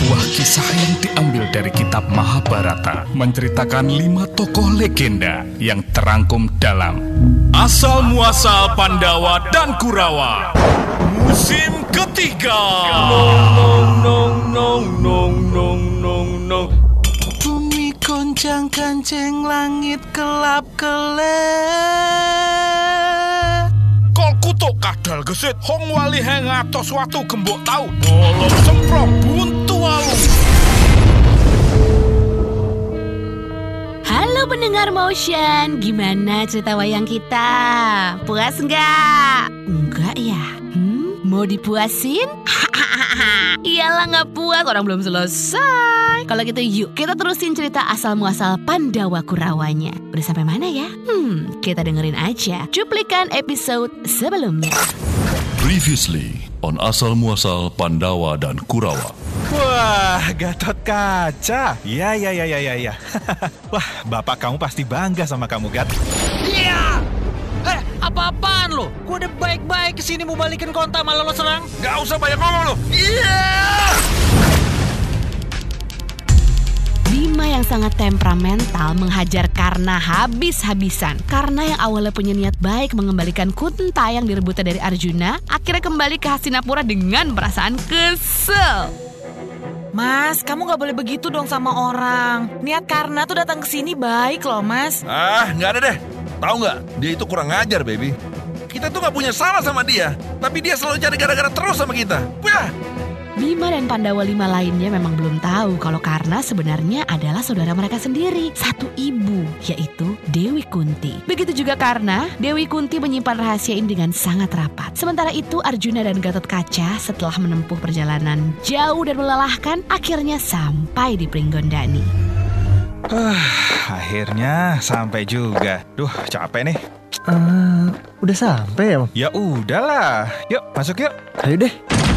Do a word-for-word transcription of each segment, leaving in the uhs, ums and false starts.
sebuah kisah yang diambil dari kitab Mahabharata, menceritakan lima tokoh legenda yang terangkum dalam Asal Muasal Pandawa dan Kurawa musim ketiga. Nong nong nong nong nong nong nong. Bumi goncang kancing, langit kelap kelep. Kol kutuk kadal gesit, hong wali heng atos watu gembok tau, bolong semprong buntu walu. Halo pendengar Motion, gimana cerita wayang kita? Puas nggak? Enggak ya? Hmm? Mau dipuasin? Iyalah nggak puas, orang belum selesai. Kalau gitu yuk kita terusin cerita asal muasal Pandawa Kurawanya. Udah sampai mana ya? Hmm, kita dengerin aja cuplikan episode sebelumnya. Previously on Asal Muasal Pandawa dan Kurawa. Wah, Gatot Kaca. Ya, ya, ya, ya, ya, ya. Wah, bapak kamu pasti bangga sama kamu, Gat. Iya. Eh, apa-apaan lo? Gue udah baik-baik kesini mau balikin kontak, malah lo serang. Gak usah banyak ngomong lo. Iya. Bima yang sangat temperamental menghajar Karna habis-habisan. Karna yang awalnya punya niat baik mengembalikan Kunta yang direbutnya dari Arjuna, akhirnya kembali ke Hastinapura dengan perasaan kesel. Mas, kamu gak boleh begitu dong sama orang. Niat Karna tuh datang ke sini baik loh, Mas. Ah, nggak ada deh. Tahu nggak? Dia itu kurang ngajar, baby. Kita tuh nggak punya salah sama dia, tapi dia selalu cari gara-gara terus sama kita. Wah! Bima dan Pandawa lima lainnya memang belum tahu kalau Karna sebenarnya adalah saudara mereka sendiri, satu ibu, yaitu Dewi Kunti. Begitu juga Karna, Dewi Kunti menyimpan rahasia ini dengan sangat rapat. Sementara itu Arjuna dan Gatot Kaca setelah menempuh perjalanan jauh dan melelahkan, akhirnya sampai di Pringgondani. Uh, akhirnya sampai juga. Duh, capek nih. Uh, udah sampai ya, Bang? Ya udahlah. Yuk, masuk yuk. Ayo deh.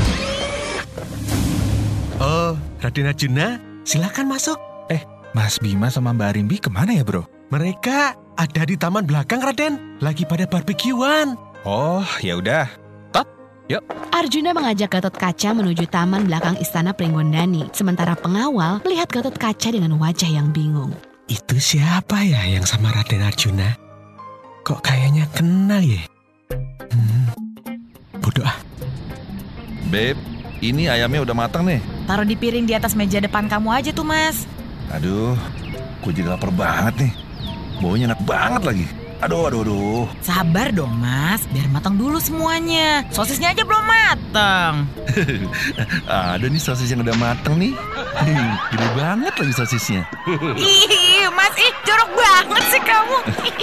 Oh, Raden Arjuna, silakan masuk. Eh, Mas Bima sama Mbak Rimbi kemana ya, bro? Mereka ada di taman belakang, Raden. Lagi pada barbekyuan. Oh, ya udah. Tot, yuk. Arjuna mengajak Gatot Kaca menuju taman belakang istana Pringgondani. Sementara pengawal melihat Gatot Kaca dengan wajah yang bingung. Itu siapa ya yang sama Raden Arjuna? Kok kayaknya kenal ya? Hmm, bodoh ah. Beb, ini ayamnya udah matang nih. Taruh di piring di atas meja depan kamu aja tuh, Mas. Aduh, gue jadi lapar banget nih. Baunya enak banget lagi. Aduh, aduh, aduh. Sabar dong, Mas. Biar matang dulu semuanya. Sosisnya aja belum matang. Ada nih sosis yang udah matang nih. Gede banget lagi sosisnya. Ih, Mas, ih, jorok banget sih kamu.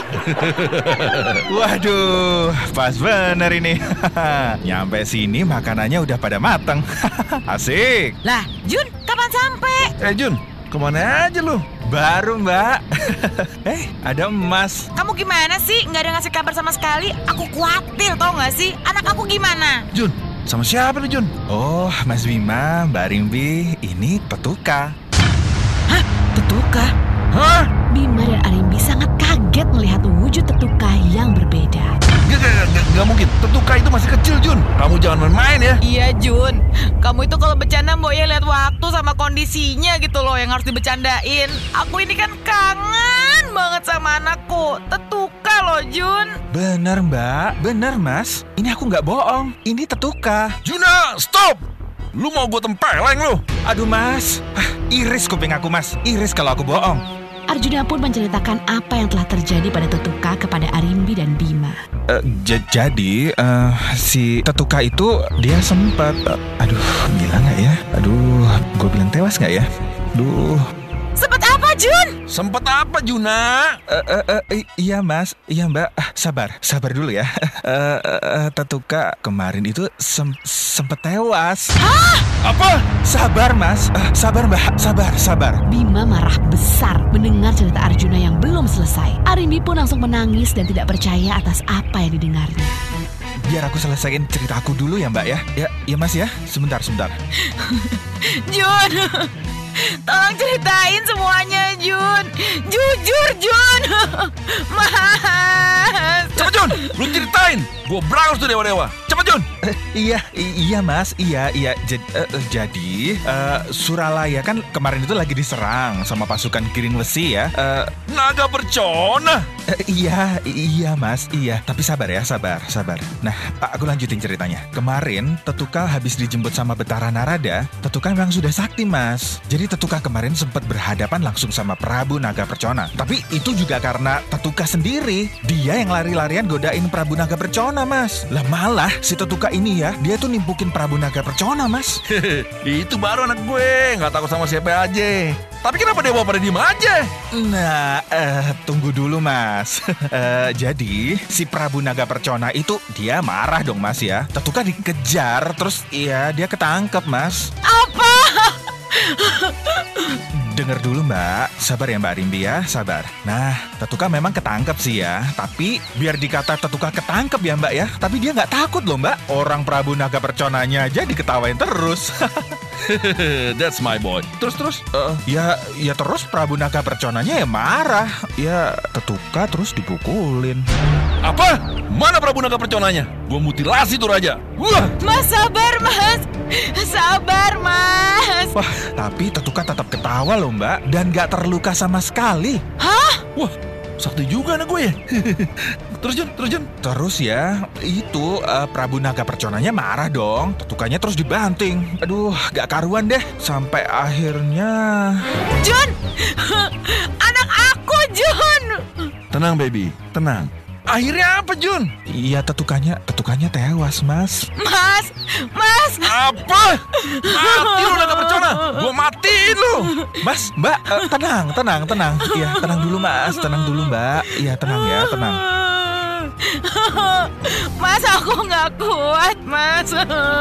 Waduh, pas bener ini. Nyampe sini makanannya udah pada matang. Asik. Lah, Jun, kapan sampai? Eh, Jun, kemana aja lu? Baru, Mbak. Eh, ada Emas. Kamu gimana sih? Nggak ada ngasih kabar sama sekali. Aku khawatir, tau nggak sih? Anak aku gimana? Jun, sama siapa nih, Jun? Oh, Mas Bima, Mbak Rimbi, ini Petuka. Hah? Tetuka? Hah? Bima dan Arimbi sangat kaget melihat wujud Tetuka yang berbeda. Gak, gak, gak, gak mungkin. Tetuka itu masih kecil, Jun. Kamu jangan main-main ya. Iya, Jun. Kamu itu kalau bercanda mbok ya lihat waktu sama kondisinya gitu loh yang harus dibercandain. Aku ini kan kangen banget sama anakku. Tetuka loh, Jun. Bener, Mbak. Bener, Mas. Ini aku nggak bohong. Ini Tetuka. Juna, stop! Lu mau gue tempeleng lu? Aduh, Mas. Ah, iris kuping aku, Mas. Iris kalau aku bohong. Arjuna pun menceritakan apa yang telah terjadi pada Tetuka kepada Arimbi dan Bima. Uh, j- jadi uh, si Tetuka itu dia sempat uh, aduh, bilang nggak ya? Aduh, gue bilang tewas nggak ya? Duh. Sempet apa, Jun? Sempet apa, Juna? Uh, uh, uh, i- iya, Mas. Iya, Mbak. Uh, sabar, sabar dulu ya. Uh, uh, uh, Tetuka kemarin itu sem- sempet tewas. Hah? Apa? Sabar, Mas. Uh, sabar, Mbak. Sabar, sabar. Bima marah besar mendengar cerita Arjuna yang belum selesai. Arimbi pun langsung menangis dan tidak percaya atas apa yang didengarnya. Biar aku selesaiin cerita aku dulu ya, Mbak ya. Ya, ya Mas ya. Sebentar, sebentar. Jun, Tolong ceritain semuanya, Jun. Jujur, Jun. Mas. Cepet Jun, lu ceritain. Gue berangus tuh dewa-dewa. Cepet Jun. Eh, iya, i- iya mas, iya, iya. Jadi, eh, eh, jadi eh, Suralaya kan kemarin itu lagi diserang sama pasukan Giring Wesi ya. Eh, Naga bercona. eh, iya, i- iya mas, iya. Tapi sabar ya, sabar, sabar. Nah, aku lanjutin ceritanya. Kemarin Tetuka habis dijemput sama Betara Narada. Tetuka memang sudah sakti mas. Jadi Tetuka kemarin sempat berhadapan langsung sama Prabu Naga Percona. Tapi itu juga karena Tetuka sendiri. Dia yang lari-larian godain Prabu Naga Percona mas. Lah malah si Tetuka ini ya, dia tuh nimpukin Prabu Naga Percona mas. Itu baru anak gue, nggak takut sama siapa aja. Tapi kenapa dewa pada diem aja? Nah, eh, tunggu dulu mas. Eh, jadi si Prabu Naga Percona itu dia marah dong mas ya. Tetuka dikejar, terus ya dia ketangkep mas. Apa? Dengar dulu mbak, sabar ya mbak Rimbi ya, sabar. Nah, Tetuka memang ketangkep sih ya. Tapi biar dikata Tetuka ketangkep ya mbak ya, tapi dia nggak takut loh mbak. Orang Prabu Naga Perconanya aja diketawain terus. That's my boy. Terus terus. Eh, ya, ya terus Prabu Naga Perconanya ya marah. Ya Tetuka terus dipukulin. Apa? Mana Prabu Naga Perconanya? Gue mutilasi tuh raja. Wah. Mas, sabar, Mas. Sabar, Mas. Wah, tapi Tetuka tetap ketawa loh mbak. Dan gak terluka sama sekali. Hah? Wah, sakti juga anak gue ya. Terus Jun, terus Jun. Terus ya, itu eh, Prabu Naga Perconanya marah dong. Tetukanya terus dibanting. Aduh, gak karuan deh. Sampai akhirnya... Jun! Anak aku, Jun! Tenang baby, tenang. Akhirnya apa Jun? Iya, tetukanya, tetukanya tewas mas. Mas! Mas! Apa? Mati lu Naga Percona. Gue matiin lu. Mas, mbak, eh, tenang, tenang, tenang. Iya, tenang dulu mas, tenang dulu mbak. Iya, tenang ya, tenang. Mas, aku nggak kuat, Mas.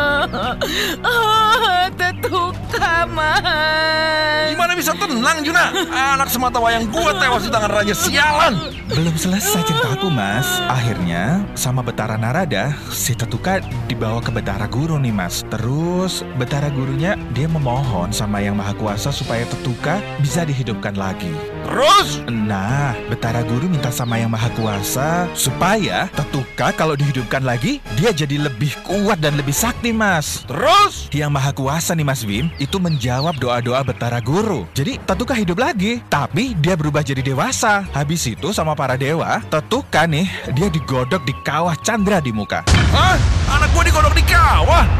Tetuka, Mas. Gimana bisa tenang Juna? Anak semata wayang gue tewas di tangan raja sialan. Belum selesai ceritaku mas. Akhirnya sama Betara Narada, si Tetuka dibawa ke Betara Guru nih mas. Terus Betara Gurunya dia memohon sama Yang Maha Kuasa supaya Tetuka bisa dihidupkan lagi. Terus? Nah, Betara Guru minta sama Yang Maha Kuasa supaya Tetuka kalau dihidupkan lagi, dia jadi lebih kuat dan lebih sakti mas. Terus? Yang Maha Kuasa nih mas Bim, itu menjawab doa-doa Betara Guru. Jadi Tetuka hidup lagi, tapi dia berubah jadi dewasa. Habis itu sama para dewa, Tetuka nih, dia digodok di kawah Chandra di muka. Hah? Anak gue digodok di kawah?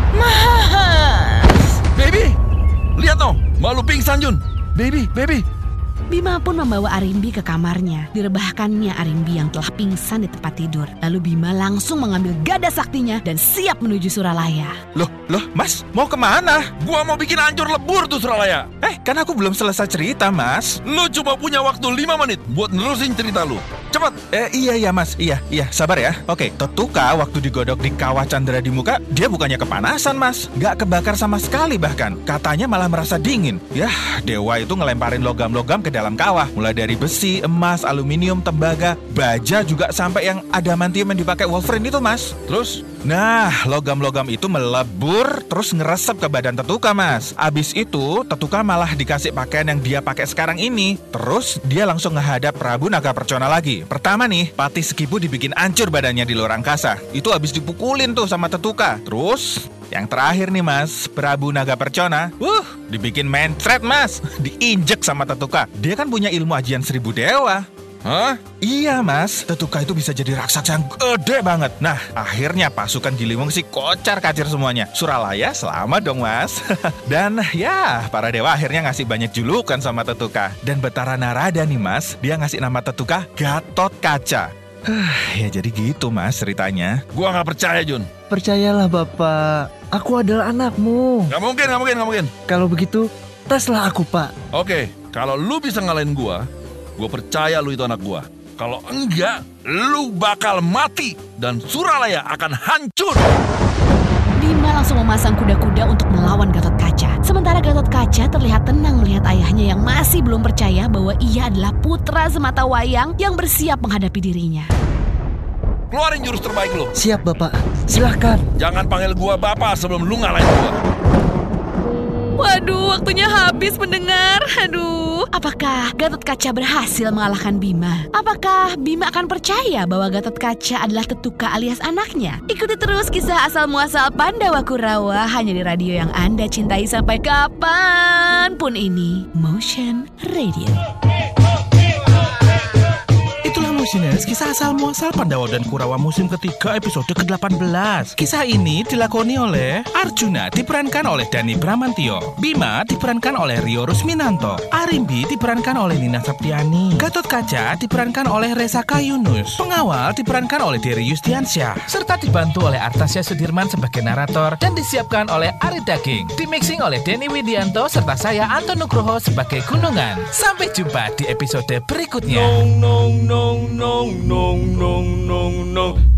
Mas. Baby, lihat no, malu pingsan Jun. Baby, baby. Bima pun membawa Arimbi ke kamarnya. Direbahkannya Arimbi yang telah pingsan di tempat tidur. Lalu Bima langsung mengambil gada saktinya dan siap menuju Suralaya. Loh, loh, mas, mau kemana? Gua mau bikin hancur lebur tuh Suralaya. Eh, kan aku belum selesai cerita, mas. Lu cuma punya waktu lima menit buat nerusin cerita lu. Cepat. Eh, iya, iya, mas. Iya, iya, sabar ya. Oke, Tetuka waktu digodok di kawah Chandra di muka, dia bukannya kepanasan, mas. Nggak kebakar sama sekali bahkan. Katanya malah merasa dingin. Yah, dewa itu ngelemparin logam-logam ke dalam kawah. Mulai dari besi, emas, aluminium, tembaga, baja, juga sampai yang adamantium yang dipakai Wolverine itu, mas. Terus? Nah, logam-logam itu melebur terus ngeresep ke badan Tetuka, mas. Abis itu, Tetuka malah dikasih pakaian yang dia pakai sekarang ini. Terus, dia langsung ngehadap Prabu Naga Percona lagi. Pertama nih, Patih Sekibu dibikin hancur badannya di luar angkasa. Itu abis dipukulin tuh sama Tetuka. Terus, yang terakhir nih mas, Prabu Naga Percona, wuh, dibikin mencret mas. Diinjek sama Tetuka. Dia kan punya ilmu ajian seribu dewa. Hah? Iya mas, Tetuka itu bisa jadi raksasa yang gede banget. Nah, akhirnya pasukan Giliwung sih kocar-kacir semuanya. Suralaya selamat dong mas. Dan ya, para dewa akhirnya ngasih banyak julukan sama Tetuka. Dan Betara Narada nih mas, dia ngasih nama Tetuka Gatot Kaca. Ya jadi gitu mas ceritanya. Gua gak percaya Jun. Percayalah bapak, aku adalah anakmu. Gak mungkin, gak mungkin, gak mungkin. Kalau begitu, teslah aku pak. Oke, kalau lu bisa ngalahin gua, gua percaya lu itu anak gua. Kalau enggak, lu bakal mati dan Suralaya akan hancur. Bima langsung memasang kuda-kuda untuk melawan Gatot Kaca. Sementara Gatot Kaca terlihat tenang melihat ayahnya yang masih belum percaya bahwa ia adalah putra semata wayang yang bersiap menghadapi dirinya. Keluarin jurus terbaik lu. Siap bapak, silahkan. Jangan panggil gua bapak sebelum lu ngalahin gua. Aduh, waktunya habis mendengar. Aduh, apakah Gatot Kaca berhasil mengalahkan Bima? Apakah Bima akan percaya bahwa Gatot Kaca adalah Tetuka alias anaknya? Ikuti terus kisah asal-muasal Pandawa Kurawa hanya di radio yang Anda cintai sampai kapanpun ini. Motion Radio. Itulah Motioners, kisah asal muasal Pandawa dan Kurawa musim ketiga episode ke delapan belas. Kisah ini dilakoni oleh Arjuna diperankan oleh Dani Bramantio, Bima diperankan oleh Rio Rusminanto, Arimbi diperankan oleh Nina Septiani, Gatot Kaca diperankan oleh Reza Kayunus, Pengawal diperankan oleh Dery Yustiansyah, serta dibantu oleh Artasya Sudirman sebagai narator dan disiapkan oleh Ari Daging, dimixing oleh Denny Widianto serta saya Anton Nugroho sebagai Gunungan. Sampai jumpa di episode berikutnya. Nong nong nong nong nong nong nong nong